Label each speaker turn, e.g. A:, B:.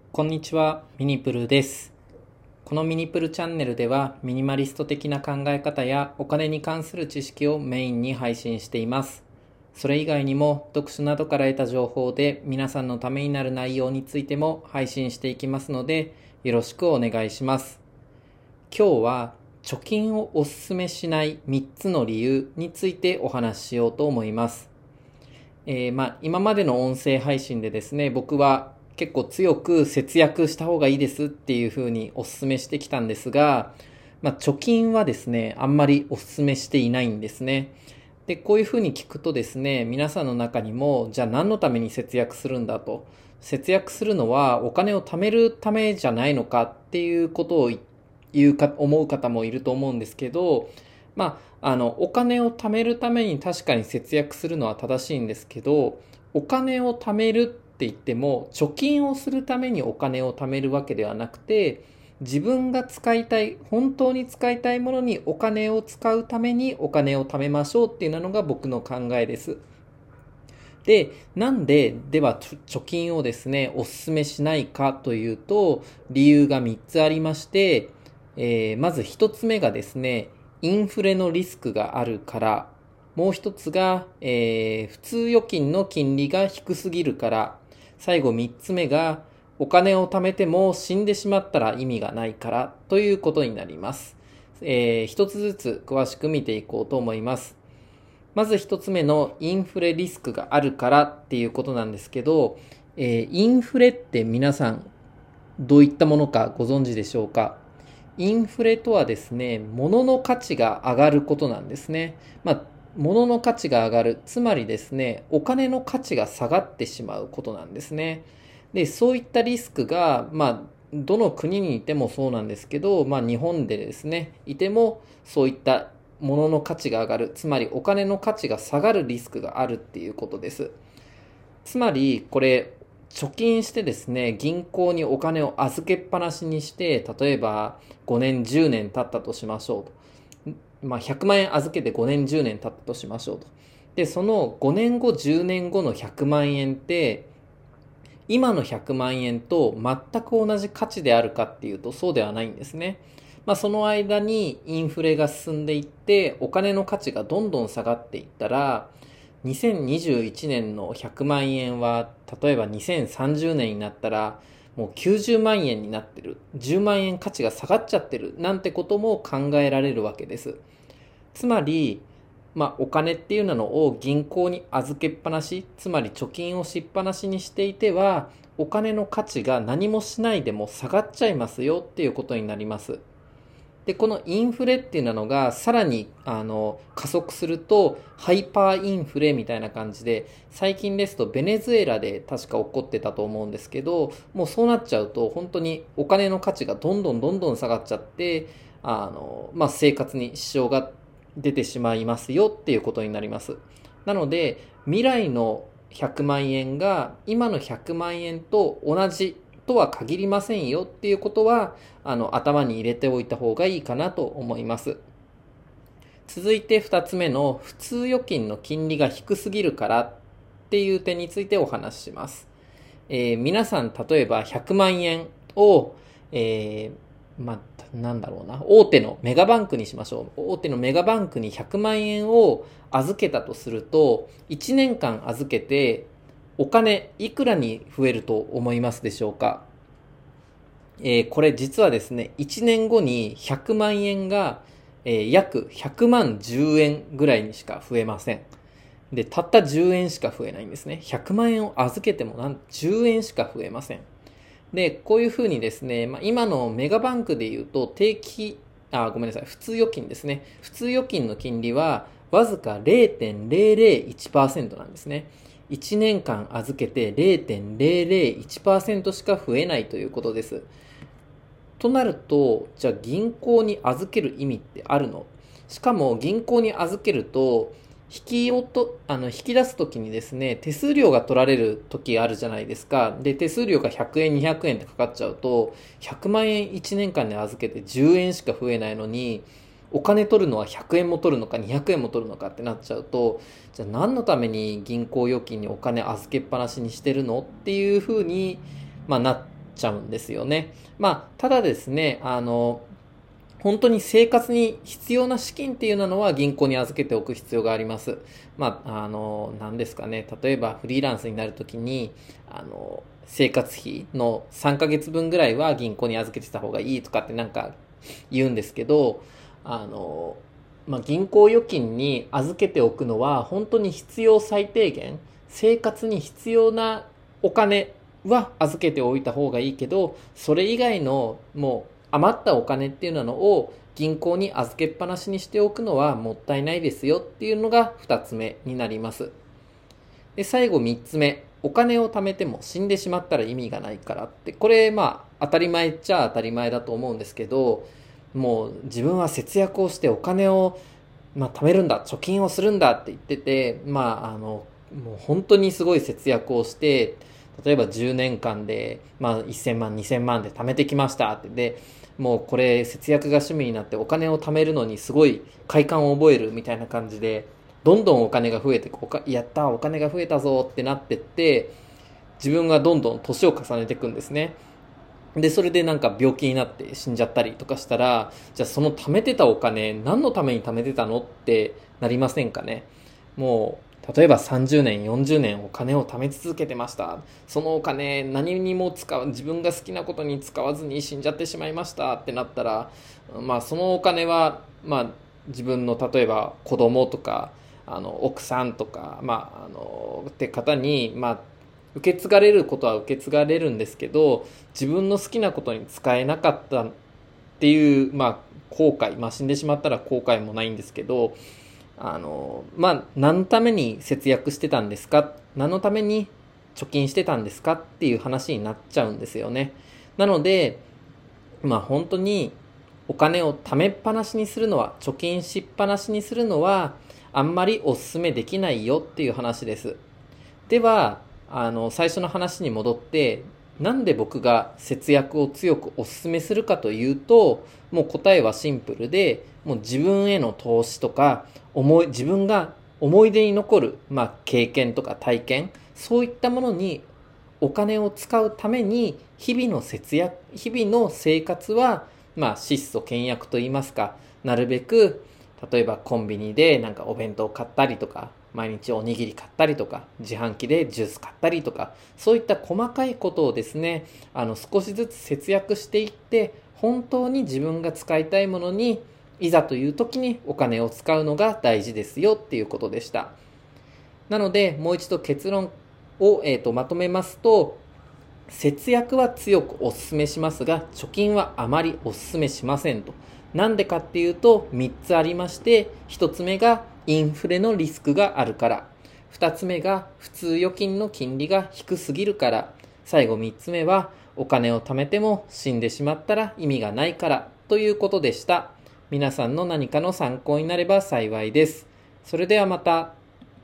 A: こんにちは、ミニプルです。このミニプルチャンネルではミニマリスト的な考え方やお金に関する知識をメインに配信しています。それ以外にも読書などから得た情報で皆さんのためになる内容についても配信していきますのでよろしくお願いします。今日は貯金をお勧めしない3つの理由についてお話ししようと思います。今までの音声配信でですね、僕は結構強く節約した方がいいですっていう風にお勧めしてきたんですが、貯金はですね、あんまりお勧めしていないんですね。で、こういう風に聞くとですね、皆さんの中にも、じゃあ何のために節約するんだと。節約するのはお金を貯めるためじゃないのかっていうことを思う方もいると思うんですけど、お金を貯めるために確かに節約するのは正しいんですけど、お金を貯めるって言っても、貯金をするためにお金を貯めるわけではなくて、自分が使いたい、本当に使いたいものにお金を使うためにお金を貯めましょうっていうのが僕の考えです。で、では貯金をですね、お勧めしないかというと、理由が3つありまして、まず1つ目がですね、インフレのリスクがあるから、もう一つが、普通預金の金利が低すぎるから、最後3つ目が、お金を貯めても死んでしまったら意味がないからということになります。一つずつ詳しく見ていこうと思います。まず一つ目のインフレリスクがあるからっていうことなんですけど、インフレって皆さんどういったものかご存知でしょうか？インフレとはですね、物の価値が上がることなんですね。物の価値が上がる。つまりですね、お金の価値が下がってしまうことなんですね。で、そういったリスクが、どの国にいてもそうなんですけど、日本でですね、いてもそういった物の価値が上がる。つまりお金の価値が下がるリスクがあるっていうことです。つまり、これ、貯金してですね、銀行にお金を預けっぱなしにして、例えば5年、10年経ったとしましょうと。100万円預けて5年、10年経ったとしましょうと。で、その5年後、10年後の100万円って、今の100万円と全く同じ価値であるかっていうとそうではないんですね。その間にインフレが進んでいってお金の価値がどんどん下がっていったら2021年の100万円は例えば2030年になったらもう90万円になってる、10万円価値が下がっちゃってるなんてことも考えられるわけです。つまりお金っていうのを銀行に預けっぱなし、つまり貯金をしっぱなしにしていては、お金の価値が何もしないでも下がっちゃいますよっていうことになります。で、このインフレっていうのがさらに加速するとハイパーインフレみたいな感じで、最近ですとベネズエラで確か起こってたと思うんですけど、もうそうなっちゃうと本当にお金の価値がどんどん下がっちゃって、生活に支障が出てしまいますよっていうことになります。なので、未来の100万円が今の100万円と同じとは限りませんよっていうことは、頭に入れておいた方がいいかなと思います。続いて2つ目の普通預金の金利が低すぎるからっていう点についてお話しします。皆さん例えば100万円を、大手のメガバンクにしましょう。大手のメガバンクに100万円を預けたとすると、1年間預けて、お金いくらに増えると思いますでしょうか？これ実はですね、1年後に100万円が、約100万10円ぐらいにしか増えません。で、たった10円しか増えないんですね。100万円を預けても10円しか増えません。で、こういうふうにですね、今のメガバンクで言うと普通預金ですね。普通預金の金利はわずか 0.001% なんですね。1年間預けて 0.001% しか増えないということです。となると、じゃあ銀行に預ける意味ってあるの？しかも銀行に預けると、引き出すときにですね、手数料が取られるときあるじゃないですか。で、手数料が100円、200円ってかかっちゃうと、100万円1年間で預けて10円しか増えないのに、お金取るのは100円も取るのか200円も取るのかってなっちゃうと、じゃあ何のために銀行預金にお金預けっぱなしにしてるのっていうふうに、なっちゃうんですよね。ただですね、本当に生活に必要な資金っていうのは銀行に預けておく必要があります。何ですかね。例えばフリーランスになるときに、生活費の3ヶ月分ぐらいは銀行に預けてた方がいいとかってなんか言うんですけど、銀行預金に預けておくのは本当に必要最低限、生活に必要なお金は預けておいた方がいいけど、それ以外のもう余ったお金っていうのを銀行に預けっぱなしにしておくのはもったいないですよっていうのが2つ目になります。で、最後3つ目。お金を貯めても死んでしまったら意味がないからって、これ当たり前っちゃ当たり前だと思うんですけど、もう自分は節約をしてお金を貯めるんだ、貯金をするんだって言ってて、もう本当にすごい節約をして、例えば10年間で、1000万、2000万で貯めてきましたって。で、もうこれ節約が趣味になってお金を貯めるのにすごい快感を覚えるみたいな感じで、どんどんお金が増えて、やったーお金が増えたぞってなってって、自分がどんどん年を重ねていくんですね。で、それでなんか病気になって死んじゃったりとかしたら、じゃあその貯めてたお金、何のために貯めてたのってなりませんかね。もう、例えば30年、40年お金を貯め続けてました。そのお金何にも自分が好きなことに使わずに死んじゃってしまいましたってなったら、そのお金は、自分の例えば子供とか、奥さんとか、って方に、受け継がれることは受け継がれるんですけど、自分の好きなことに使えなかったっていう、後悔、死んでしまったら後悔もないんですけど、何のために節約してたんですか、何のために貯金してたんですかっていう話になっちゃうんですよね。なので、本当にお金を貯めっぱなしにするのは、貯金しっぱなしにするのは、あんまりお勧めできないよっていう話です。では、最初の話に戻って、なんで僕が節約を強くお勧めするかというと、もう答えはシンプルで、もう自分への投資とか、自分が思い出に残る、経験とか体験、そういったものにお金を使うために、日々の生活は、質素倹約と言いますか、なるべく、例えばコンビニでなんかお弁当買ったりとか、毎日おにぎり買ったりとか、自販機でジュース買ったりとか、そういった細かいことをですね、少しずつ節約していって、本当に自分が使いたいものに、いざという時にお金を使うのが大事ですよっていうことでした。なので、もう一度結論を、まとめますと、節約は強くお勧めしますが、貯金はあまりお勧めしませんと。なんでかっていうと、3つありまして、1つ目がインフレのリスクがあるから、2つ目が普通預金の金利が低すぎるから、最後3つ目はお金を貯めても死んでしまったら意味がないからということでした。皆さんの何かの参考になれば幸いです。それではまた。